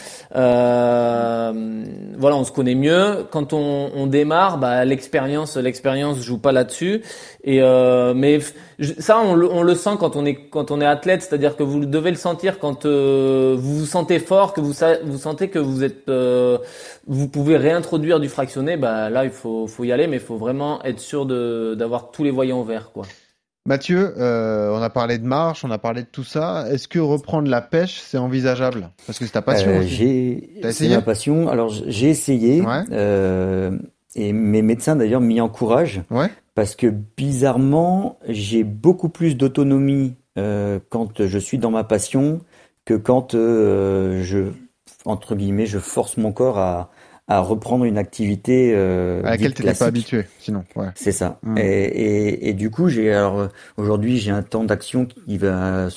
Euh, voilà, on se connaît mieux. Quand on, on démarre, bah l'expérience, l'expérience joue pas là-dessus. Et euh, mais ça, on le, on le sent quand on est quand on est athlète, c'est-à-dire que vous devez le sentir quand euh, vous vous sentez fort, que vous vous sentez que vous êtes, euh, vous pouvez réintroduire du fractionné. Bah là, il faut faut y aller, mais il faut vraiment être sûr de d'avoir tous les voyants verts, quoi. Mathieu, euh, on a parlé de marche, on a parlé de tout ça. Est-ce que reprendre la pêche, c'est envisageable? Parce que c'est ta passion euh, aussi. J'ai... T'as essayé? C'est ma passion. Alors, j'ai essayé. Ouais. Euh, et mes médecins, d'ailleurs, m'y encouragent. Ouais. Parce que, bizarrement, j'ai beaucoup plus d'autonomie euh, quand je suis dans ma passion que quand euh, je, entre guillemets, je force mon corps à... à reprendre une activité euh, à laquelle tu n'étais pas habitué, sinon. Ouais. C'est ça. Mmh. Et, et, et du coup, j'ai alors aujourd'hui j'ai un temps d'action qui va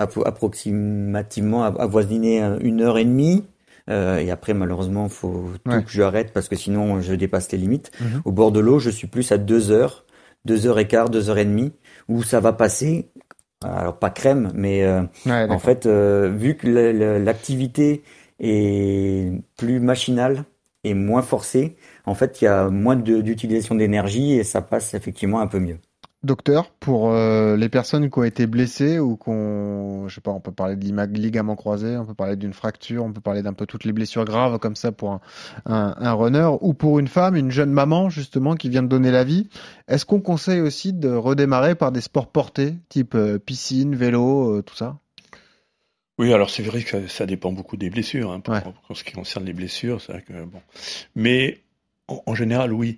approximativement avoisiner une heure et demie. Euh, et après, malheureusement, faut tout ouais. que je arrête parce que sinon je dépasse les limites. Mmh. Au bord de l'eau, je suis plus à deux heures, deux heures et quart, deux heures et demie, où ça va passer. Alors pas crème, mais euh, ouais, en fait, euh, vu que l'activité est plus machinale et moins forcé, en fait, il y a moins de, d'utilisation d'énergie et ça passe effectivement un peu mieux. Docteur, pour euh, les personnes qui ont été blessées ou qu'on, je sais pas, on peut parler de ligament croisé, on peut parler d'une fracture, on peut parler d'un peu toutes les blessures graves comme ça pour un, un, un runner ou pour une femme, une jeune maman justement qui vient de donner la vie. Est-ce qu'on conseille aussi de redémarrer par des sports portés, type euh, piscine, vélo, euh, tout ça? Oui, alors c'est vrai que ça, ça dépend beaucoup des blessures. Hein, pour, ouais. pour ce qui concerne les blessures, c'est vrai que bon. Mais en, en général, oui,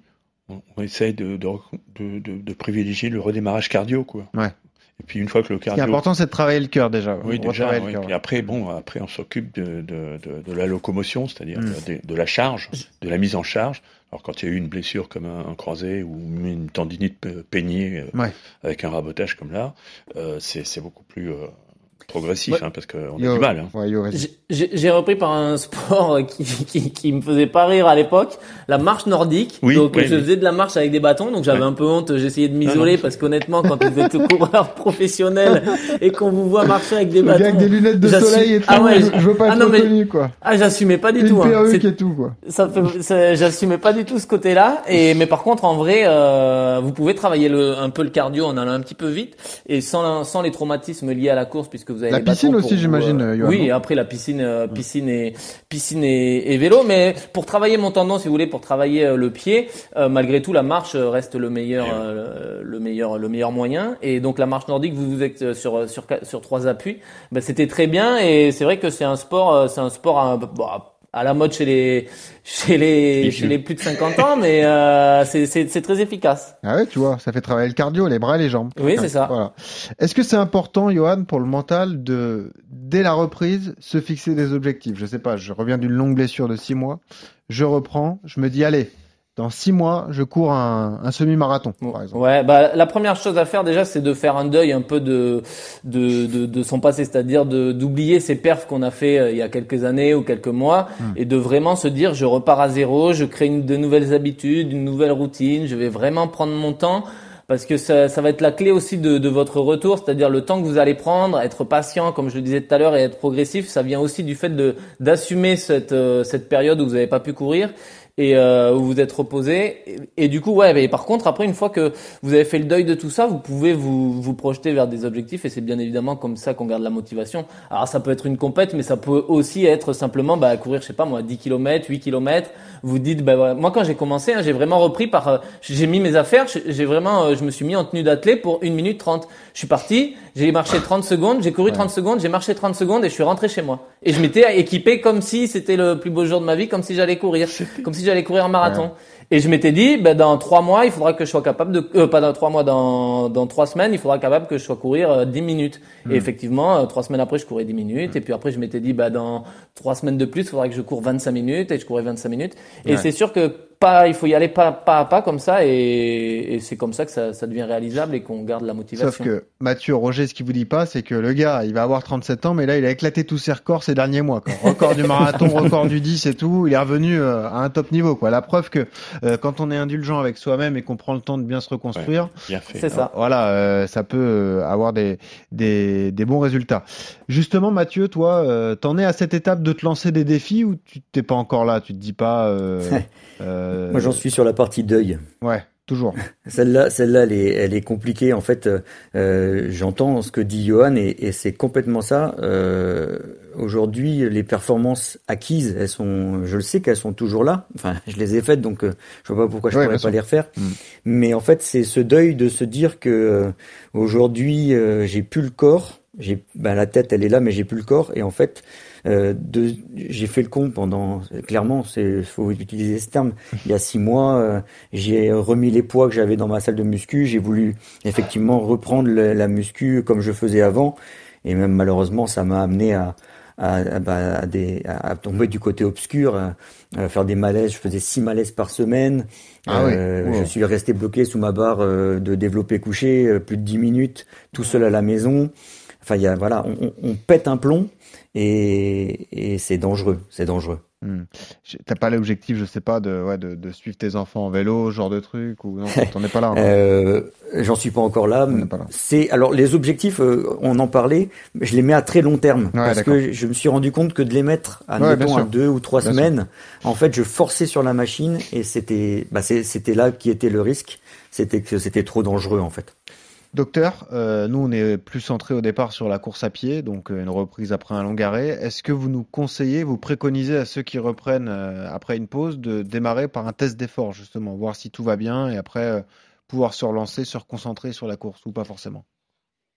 on, on essaye de, de, de, de, de privilégier le redémarrage cardio, quoi. Ouais. Et puis une fois que le cardio. Ce qui est important, c'est de travailler le cœur déjà. Oui, on déjà. le Oui. cœur, Puis ouais. après, bon, après on s'occupe de, de, de, de la locomotion, c'est-à-dire Mm. de, de la charge, de la mise en charge. Alors quand il y a eu une blessure comme un, un croisé ou une tendinite pe- peignée euh, Ouais. avec un rabotage comme là, euh, c'est, c'est beaucoup plus euh, progressif, Ouais. hein, parce qu'on a Yo, du mal. Hein. ouais, yo, vas-y. J'ai- J'ai j'ai repris par un sport qui, qui, qui me faisait pas rire à l'époque, la marche nordique. Oui, donc oui, je oui. faisais de la marche avec des bâtons, donc j'avais Ouais. un peu honte, j'essayais de Non, m'isoler non. parce qu'honnêtement, quand vous êtes coureur professionnel et qu'on vous voit marcher avec des Le gars bâtons, avec des lunettes de j'assume- soleil et tout, Ah ouais, je, je veux pas ah être non, mais- reconnu, quoi. ah j'assumais pas du Une tout. Hein. perruque C'est- et tout, quoi. Ça fait, ça- j'assumais pas du tout ce côté-là. Et mais par contre, en vrai, euh, vous pouvez travailler le, un peu le cardio en allant un petit peu vite et sans, sans les traumatismes liés à la course, puisque vous avez La les bâtons piscine pour aussi, vous, j'imagine, euh, Johan, oui, non et après la piscine, euh, piscine et piscine et, et vélo. Mais pour travailler mon tendon, si vous voulez, pour travailler euh, le pied, euh, malgré tout, la marche reste le meilleur, Et ouais. euh, le meilleur, le meilleur moyen. Et donc la marche nordique, vous vous êtes sur sur sur, sur trois appuis. Ben, c'était très bien. Et c'est vrai que c'est un sport, euh, c'est un sport à, bon, à la mode chez les chez les Les chez vieux. les plus de cinquante ans, mais euh, c'est c'est c'est très efficace. Ah ouais, tu vois, ça fait travailler le cardio, les bras et les jambes. Oui, c'est ça. Voilà. Est-ce que c'est important, Johan, pour le mental, de, dès la reprise, se fixer des objectifs? Je sais pas, je reviens d'une longue blessure de six mois, je reprends, je me dis, allez, dans six mois, je cours un, un semi-marathon, par exemple. Ouais, bah la première chose à faire déjà, c'est de faire un deuil un peu de de de, de son passé, c'est-à-dire de d'oublier ces perfs qu'on a fait euh, il y a quelques années ou quelques mois, Mm. et de vraiment se dire je repars à zéro, je crée une, de nouvelles habitudes, une nouvelle routine, je vais vraiment prendre mon temps. Parce que ça, ça va être la clé aussi de, de votre retour, c'est-à-dire le temps que vous allez prendre, être patient, comme je le disais tout à l'heure, et être progressif. Ça vient aussi du fait de d'assumer cette euh, cette période où vous n'avez pas pu courir et euh, où vous êtes reposé. Et, et du coup, ouais. Mais par contre, après, une fois que vous avez fait le deuil de tout ça, vous pouvez vous vous projeter vers des objectifs, et c'est bien évidemment comme ça qu'on garde la motivation. Alors ça peut être une compète, mais ça peut aussi être simplement bah, courir, je sais pas moi, dix kilomètres, huit kilomètres. Vous dites, bah, voilà. Moi quand j'ai commencé, hein, j'ai vraiment repris par, euh, j'ai mis mes affaires, j'ai vraiment, euh, je me suis mis en tenue d'athlète pour une minute trente. Je suis parti, j'ai marché trente secondes, j'ai couru Ouais. trente secondes, j'ai marché trente secondes et je suis rentré chez moi. Et je m'étais équipé comme si c'était le plus beau jour de ma vie, comme si j'allais courir, comme si j'allais courir un marathon. Ouais. Et je m'étais dit, ben, dans trois mois, il faudra que je sois capable de, euh, pas dans trois mois, dans, dans trois semaines, il faudra capable que je sois courir euh, dix minutes. Mm. Et effectivement, euh, trois semaines après, je courais dix minutes. Et puis après, je m'étais dit, bah, dans trois semaines de plus, il faudra que je cours vingt-cinq minutes. Et je courais vingt-cinq minutes. Et Ouais. c'est sûr que pas, il faut y aller pas, pas à pas comme ça. Et, et c'est comme ça que ça, ça devient réalisable et qu'on garde la motivation. Sauf que Mathieu, Roger, ce qu'il vous dit pas, c'est que le gars, il va avoir trente-sept ans, mais là, il a éclaté tous ses records ces derniers mois, quoi. Record du marathon, record du dix et tout. Il est revenu euh, à un top niveau, quoi. La preuve que euh, quand on est indulgent avec soi-même et qu'on prend le temps de bien se reconstruire, Bien fait. C'est ça. voilà, euh, ça peut euh, avoir des, des, des bons résultats. Justement, Mathieu, toi, euh, t'en es à cette étape de te lancer des défis ou tu t'es pas encore là? Tu te dis pas. Euh, euh, Moi, j'en suis sur la partie deuil. Ouais, toujours. Celle-là, celle-là, elle est, elle est compliquée. En fait, euh, j'entends ce que dit Johan et, et c'est complètement ça. Euh, aujourd'hui, les performances acquises, elles sont, je le sais qu'elles sont toujours là. Enfin, je les ai faites, donc euh, je vois pas pourquoi je Ouais, pourrais bien pas sûr. les refaire. Mm. Mais en fait, c'est ce deuil de se dire que euh, aujourd'hui, euh, j'ai plus le corps. J'ai, ben, la tête, elle est là, mais j'ai plus le corps. Et en fait, euh, de, j'ai fait le con pendant, clairement, c'est, faut utiliser ce terme. Il y a six mois, euh, j'ai remis les poids que j'avais dans ma salle de muscu. J'ai voulu effectivement reprendre le, la muscu comme je faisais avant. Et même malheureusement, ça m'a amené à, à, à, bah, à, des, à tomber du côté obscur, à, à faire des malaises. Je faisais six malaises par semaine. Ah euh, oui. Wow. Je suis resté bloqué sous ma barre euh, de développé couché, euh, plus de dix minutes, tout seul à la maison. Enfin, il y a, voilà, on, on, on pète un plomb et, et c'est dangereux, c'est dangereux. Hmm. Je- T'as pas l'objectif, je sais pas, de, ouais, de, de suivre tes enfants en vélo, ce genre de truc, ou non, t'en es pas là encore. Euh, j'en suis pas encore là. On n'est pas là. C'est alors les objectifs, euh, on en parlait, mais je les mets à très long terme Ouais, parce d'accord. que je me suis rendu compte que de les mettre, Ouais, bien admettons, à sûr. deux ou trois Bien semaines, en fait, je forçais sur la machine et c'était, bah, c'est- c'était là qui était le risque, c'était que c'était trop dangereux en fait. Docteur, euh, nous on est plus centré au départ sur la course à pied, donc euh, une reprise après un long arrêt. Est-ce que vous nous conseillez, vous préconisez à ceux qui reprennent euh, après une pause de démarrer par un test d'effort justement, voir si tout va bien et après euh, pouvoir se relancer, se reconcentrer sur la course ou pas forcément?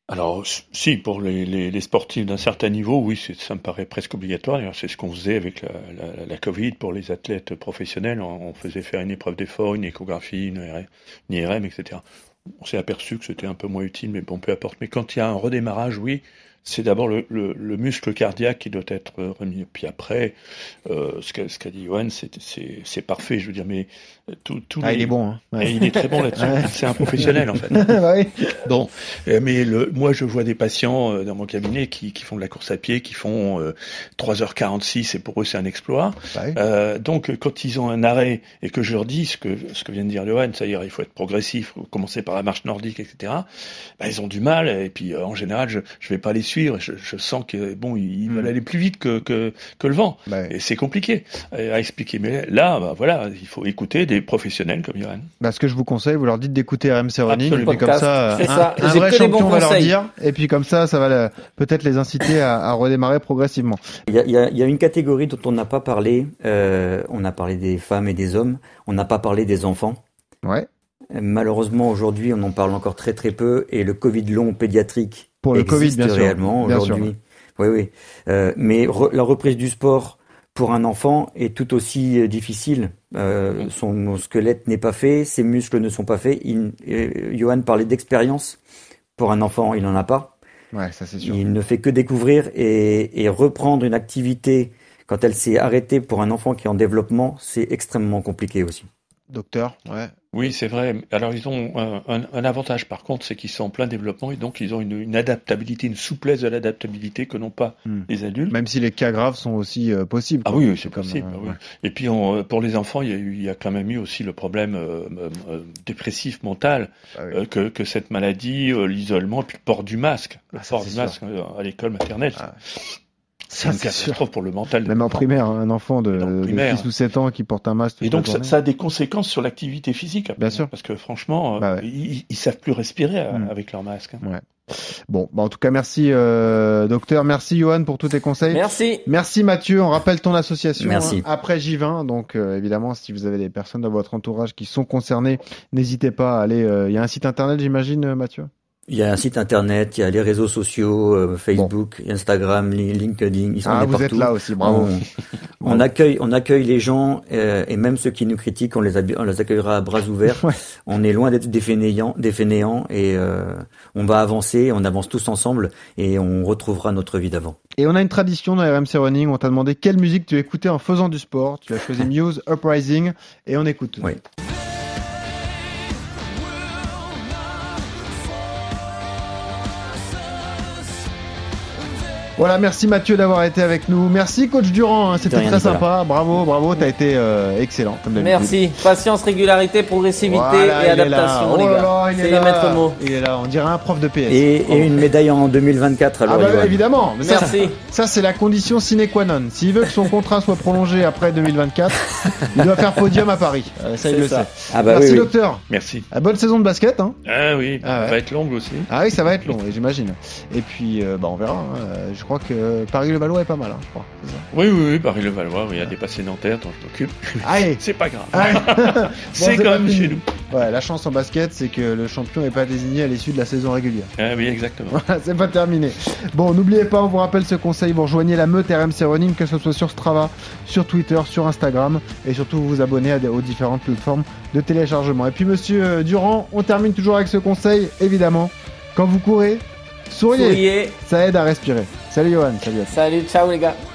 Alors, si, pour les, les, les sportifs d'un certain niveau, oui, c'est, ça me paraît presque obligatoire. D'ailleurs, c'est ce qu'on faisait avec la, la, la Covid pour les athlètes professionnels. On, on faisait faire une épreuve d'effort, une échographie, une, une I R M, et cetera. On s'est aperçu que c'était un peu moins utile, mais bon, peu importe. Mais quand il y a un redémarrage, oui, c'est d'abord le, le, le muscle cardiaque qui doit être remis. Puis après, euh, ce, qu'a, ce qu'a dit Johan, c'est, c'est, c'est parfait, je veux dire, mais tout, tout ah, les... il est bon, hein. Ouais. Et il est très bon là-dessus. Ouais. C'est un professionnel, en fait. Oui. Bon, mais le, moi, je vois des patients euh, dans mon cabinet qui, qui font de la course à pied, qui font euh, trois heures quarante-six, et pour eux, c'est un exploit. Oui. Euh, donc, quand ils ont un arrêt, et que je leur dis ce que, ce que vient de dire Johan, c'est-à-dire il faut être progressif, faut commencer par la marche nordique, et cetera, bah, ils ont du mal, et puis euh, en général, je je vais pas les suivre, je, je sens que bon, ils mmh. veulent aller plus vite que, que, que le vent, bah, et c'est compliqué à expliquer. Mais là, bah, voilà, il faut écouter des professionnels comme Johan. Bah, ce que je vous conseille, vous leur dites d'écouter R M C Running, et puis comme ça, un, ça. un vrai champion va leur dire, et puis comme ça, ça va le, peut-être les inciter à, à redémarrer progressivement. Il y a, il y a, il y a une catégorie dont on n'a pas parlé, euh, on a parlé des femmes et des hommes, on n'a pas parlé des enfants. Ouais. Malheureusement, aujourd'hui, on en parle encore très très peu, et le Covid long pédiatrique pour le existe Covid, bien réellement sûr. aujourd'hui. Bien sûr. Oui, oui. Euh, mais re, la reprise du sport pour un enfant est tout aussi euh, difficile. Euh, son squelette n'est pas fait, ses muscles ne sont pas faits. Il, euh, Johan parlait d'expérience. Pour un enfant, il n'en a pas. Ouais, ça c'est sûr. Il ne fait que découvrir et, et reprendre une activité quand elle s'est arrêtée pour un enfant qui est en développement, c'est extrêmement compliqué aussi. Docteur, ouais. Oui, c'est vrai. Alors, ils ont un, un, un avantage, par contre, c'est qu'ils sont en plein développement et donc ils ont une, une adaptabilité, une souplesse de l'adaptabilité que n'ont pas hmm. les adultes. Même si les cas graves sont aussi euh, possibles. Ah oui, oui, c'est possible. Comme, euh, oui. ouais. Et puis, on, pour les enfants, il y, a eu, il y a quand même eu aussi le problème euh, euh, dépressif mental ah oui. euh, que, que cette maladie, euh, l'isolement, puis le port du masque. Le ah, port du masque euh, à l'école maternelle. Ah. C'est une catastrophe pour le mental. Même en primaire, un enfant de, de six ou sept ans qui porte un masque. Et donc, ça, ça a des conséquences sur l'activité physique. Après, bien sûr. Parce que franchement, bah ouais. ils, ils savent plus respirer mmh. avec leur masque. Ouais. Bon, bah en tout cas, merci euh, docteur, merci Johan pour tous tes conseils. Merci. Merci Mathieu, on rappelle ton association. Merci. Hein, après J vingt, donc euh, évidemment, si vous avez des personnes dans votre entourage qui sont concernées, n'hésitez pas à aller. Il euh, y a un site internet, j'imagine, Mathieu. Il y a un site internet, il y a les réseaux sociaux, euh, Facebook, bon. Instagram, LinkedIn, ils sont ah, vous partout. êtes là aussi, bravo. On, on accueille, on accueille les gens euh, et même ceux qui nous critiquent, on les, a, on les accueillera à bras ouverts. Ouais. On est loin d'être des fainéants, des fainéants et euh, on va avancer, on avance tous ensemble et on retrouvera notre vie d'avant. Et on a une tradition dans R M C Running, on t'a demandé quelle musique tu écoutais en faisant du sport. Tu as choisi Muse, Uprising et on écoute. Oui. Voilà, merci Mathieu d'avoir été avec nous. Merci coach Durand, hein, c'était très sympa. Bravo, bravo, t'as été euh, excellent comme d'habitude. Merci. Patience, régularité, progressivité voilà, et adaptation, oh les gars. Là, c'est les maîtres mots. Il est là, on dirait un prof de P S. Et, et une médaille en deux mille vingt-quatre alors. Ah bah évidemment. Mais merci. Ça, ça c'est la condition sine qua non. S'il veut que son contrat soit prolongé après deux mille vingt-quatre, il doit faire podium à Paris. Euh, ça, il le sait. Ah bah merci oui, docteur. Oui. Merci. À bonne saison de basket. Hein. Ah oui, ah ouais. Ça va être longue aussi. Ah oui, ça va être long, j'imagine. Et puis, euh, bah on verra. Hein. Je crois que Paris-le-Valois est pas mal, hein, je crois. C'est ça. Oui, oui, oui, Paris-le-Valois, il y a des passés Nanterre dont je m'occupe. Allez. C'est pas grave. bon, c'est quand même chez nous. Ouais, la chance en basket, c'est que le champion n'est pas désigné à l'issue de la saison régulière. Ah oui, exactement. Voilà, c'est pas terminé. Bon, n'oubliez pas, on vous rappelle ce conseil, vous rejoignez la meute R M C Running, que ce soit sur Strava, sur Twitter, sur Instagram, et surtout vous vous abonnez à des, aux différentes plateformes de téléchargement. Et puis monsieur Durand, on termine toujours avec ce conseil, évidemment, quand vous courez, souriez. Souriez. Ça aide à respirer. Salut Johan, salut à tous. Salut, ciao les gars.